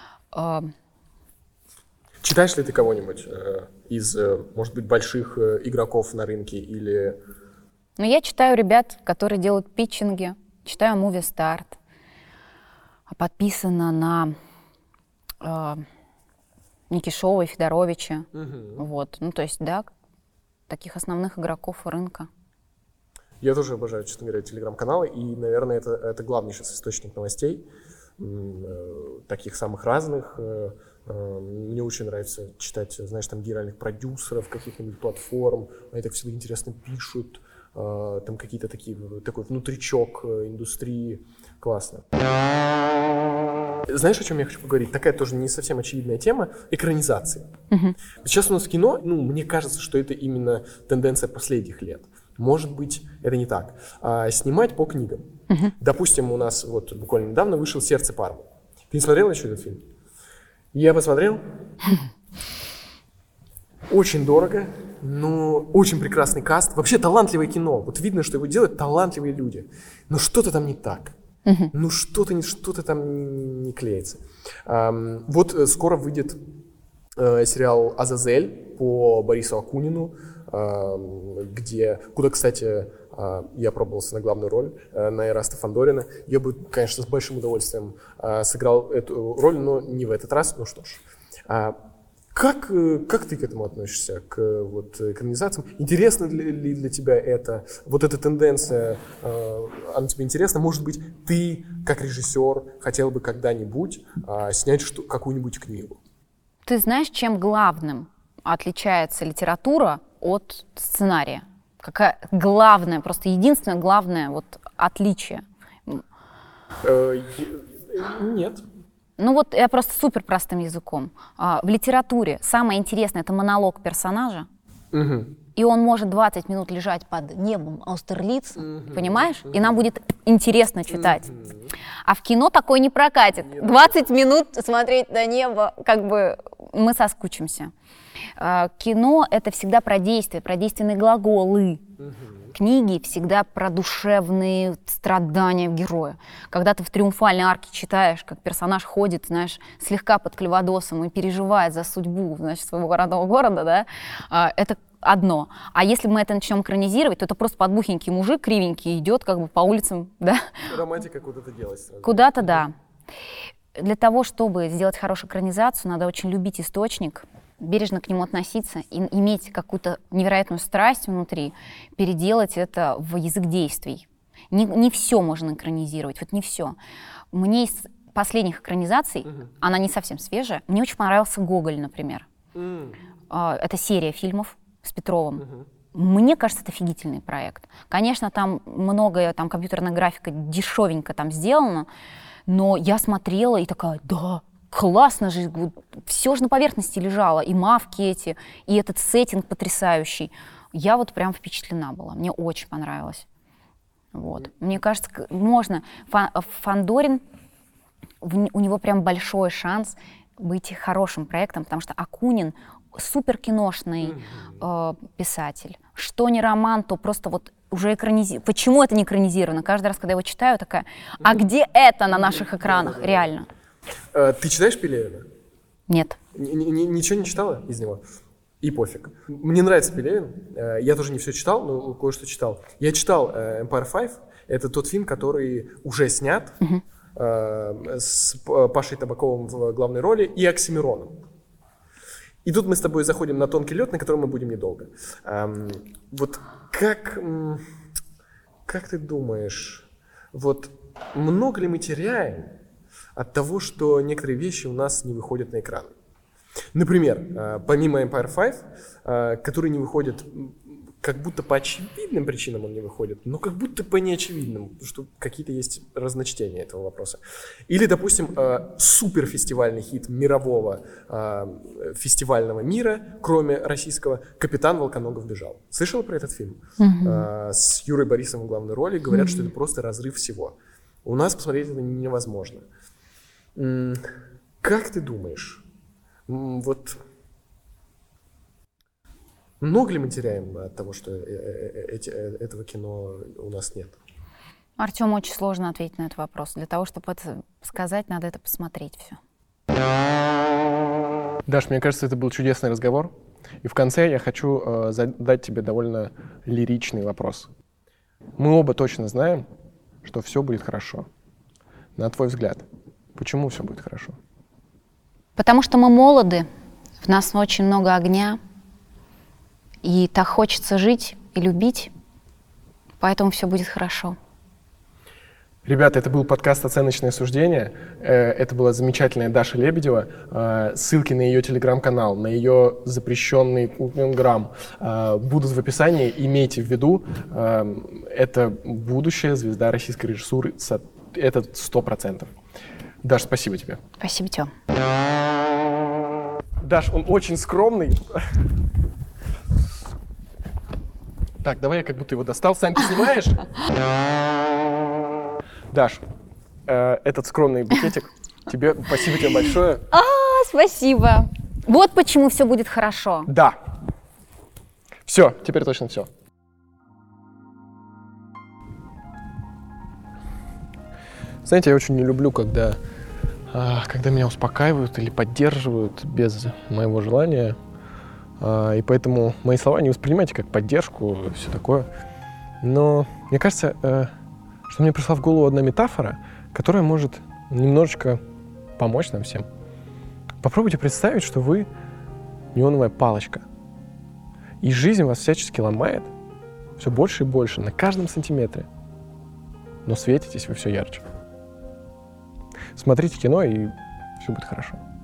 Speaker 1: Читаешь ли ты кого-нибудь из, может быть, больших игроков на рынке или...
Speaker 2: Ну, я читаю ребят, которые делают питчинги. Читаю Movie Start, подписана на Никишова и Федоровича. Вот. Ну, то есть, да, таких основных игроков рынка.
Speaker 1: Я тоже обожаю, честно говоря, телеграм-каналы, и, наверное, это главный сейчас источник новостей, таких самых разных. Мне очень нравится читать, знаешь, там генеральных продюсеров каких-нибудь платформ, они так всегда интересно пишут. Там какие-то такой внутричок индустрии. Классно. Знаешь, о чем я хочу поговорить? Такая тоже не совсем очевидная тема — экранизации. Сейчас у нас в кино, мне кажется, что это именно тенденция последних лет. Может быть, это не так. Снимать по книгам. Допустим, у нас вот буквально недавно вышел «Сердце Пармы». Ты не смотрел еще этот фильм? Я посмотрел. Очень дорого, но очень прекрасный каст. Вообще талантливое кино. Вот видно, что его делают талантливые люди. Но что-то там не так. Ну что-то там не клеится. Вот скоро выйдет сериал «Азазель» по Борису Акунину, куда, кстати, я пробовался на главную роль, на Эраста Фандорина. Я бы, конечно, с большим удовольствием сыграл эту роль, но не в этот раз. Ну что ж. Как ты к этому относишься, к экранизациям? Интересно ли для тебя это? Вот эта тенденция, она тебе интересна? Может быть, ты, как режиссер, хотел бы когда-нибудь снять какую-нибудь книгу?
Speaker 2: Ты знаешь, чем главным отличается литература от сценария? Какая главная, просто единственное главное отличие?
Speaker 1: Нет.
Speaker 2: Ну вот я просто супер простым языком. В литературе самое интересное — это монолог персонажа, и он может 20 минут лежать под небом Аустерлиц, понимаешь? И нам будет интересно читать. А в кино такое не прокатит. 20 минут смотреть на небо, мы соскучимся. Кино — это всегда про действие, про действенные глаголы. Книги всегда про душевные страдания героя. Когда ты в «Триумфальной арке» читаешь, как персонаж ходит, знаешь, слегка под Клевадосом и переживает за судьбу, значит, своего родного города, да, это одно. А если мы это начнем экранизировать, то это просто подбухенький мужик кривенький идет по улицам, да.
Speaker 1: Романтика куда-то делась сразу.
Speaker 2: Куда-то, да. Для того, чтобы сделать хорошую экранизацию, надо очень любить источник, бережно к нему относиться и иметь какую-то невероятную страсть внутри, переделать это в язык действий. Не все можно экранизировать, не все. Мне из последних экранизаций, она не совсем свежая, мне очень понравился «Гоголь», например. Это серия фильмов с Петровым. Мне кажется, это офигительный проект. Конечно, там многое, там компьютерная графика дешевенько там сделана, но я смотрела и такая, да, классно же, все же на поверхности лежало, и мавки эти, и этот сеттинг потрясающий. Я вот прям впечатлена была, мне очень понравилось. Вот. Мне кажется, можно. Фандорин, у него прям большой шанс быть хорошим проектом, потому что Акунин супер киношный писатель. Что не роман, то просто вот уже экранизировано. Почему это не экранизировано? Каждый раз, когда я его читаю, такая, а где это на наших экранах? Реально.
Speaker 1: Ты читаешь Пелевина?
Speaker 2: Нет.
Speaker 1: Ничего не читала из него? И пофиг. Мне нравится Пелевин. Я тоже не все читал, но кое-что читал. Я читал Empire 5. Это тот фильм, который уже снят с Пашей Табаковым в главной роли и Оксимироном. И тут мы с тобой заходим на тонкий лед, на котором мы будем недолго. Вот как ты думаешь, вот много ли мы теряем от того, что некоторые вещи у нас не выходят на экран? Например, помимо Empire 5, который не выходит, как будто по очевидным причинам он не выходит, но как будто по неочевидным, потому что какие-то есть разночтения этого вопроса. Или, допустим, суперфестивальный хит мирового фестивального мира, кроме российского, «Капитан Волконогов бежал». Слышала про этот фильм? С Юрой Борисовым в главной роли. Говорят, что это просто разрыв всего. У нас посмотреть это невозможно. Как ты думаешь, вот много ли мы теряем от того, что этого кино у нас нет?
Speaker 2: Артём, очень сложно ответить на этот вопрос. Для того, чтобы это сказать, надо это посмотреть все.
Speaker 1: Даш, мне кажется, это был чудесный разговор. И в конце я хочу задать тебе довольно лиричный вопрос. Мы оба точно знаем, что все будет хорошо. На твой взгляд, почему все будет хорошо?
Speaker 2: Потому что мы молоды, в нас очень много огня, и так хочется жить и любить, поэтому все будет хорошо.
Speaker 1: Ребята, это был подкаст «Оценочное суждение». Это была замечательная Даша Лебедева. Ссылки на ее телеграм-канал, на ее запрещенный Куклинграм будут в описании. Имейте в виду, это будущая звезда российской режиссуры. Это 100%. Даш, спасибо тебе.
Speaker 2: Спасибо, Тём.
Speaker 1: Даш, он очень скромный. Так, давай я как будто его достал. Сань, ты снимаешь? Даш, этот скромный букетик, спасибо тебе большое.
Speaker 2: Спасибо. Вот почему все будет хорошо.
Speaker 1: Да. Все, теперь точно все. Знаете, я очень не люблю, когда меня успокаивают или поддерживают без моего желания. И поэтому мои слова не воспринимайте как поддержку и все такое. Но мне кажется, что мне пришла в голову одна метафора, которая может немножечко помочь нам всем. Попробуйте представить, что вы неоновая палочка. И жизнь вас всячески ломает все больше и больше, на каждом сантиметре. Но светитесь вы все ярче. Смотрите кино, и все будет хорошо.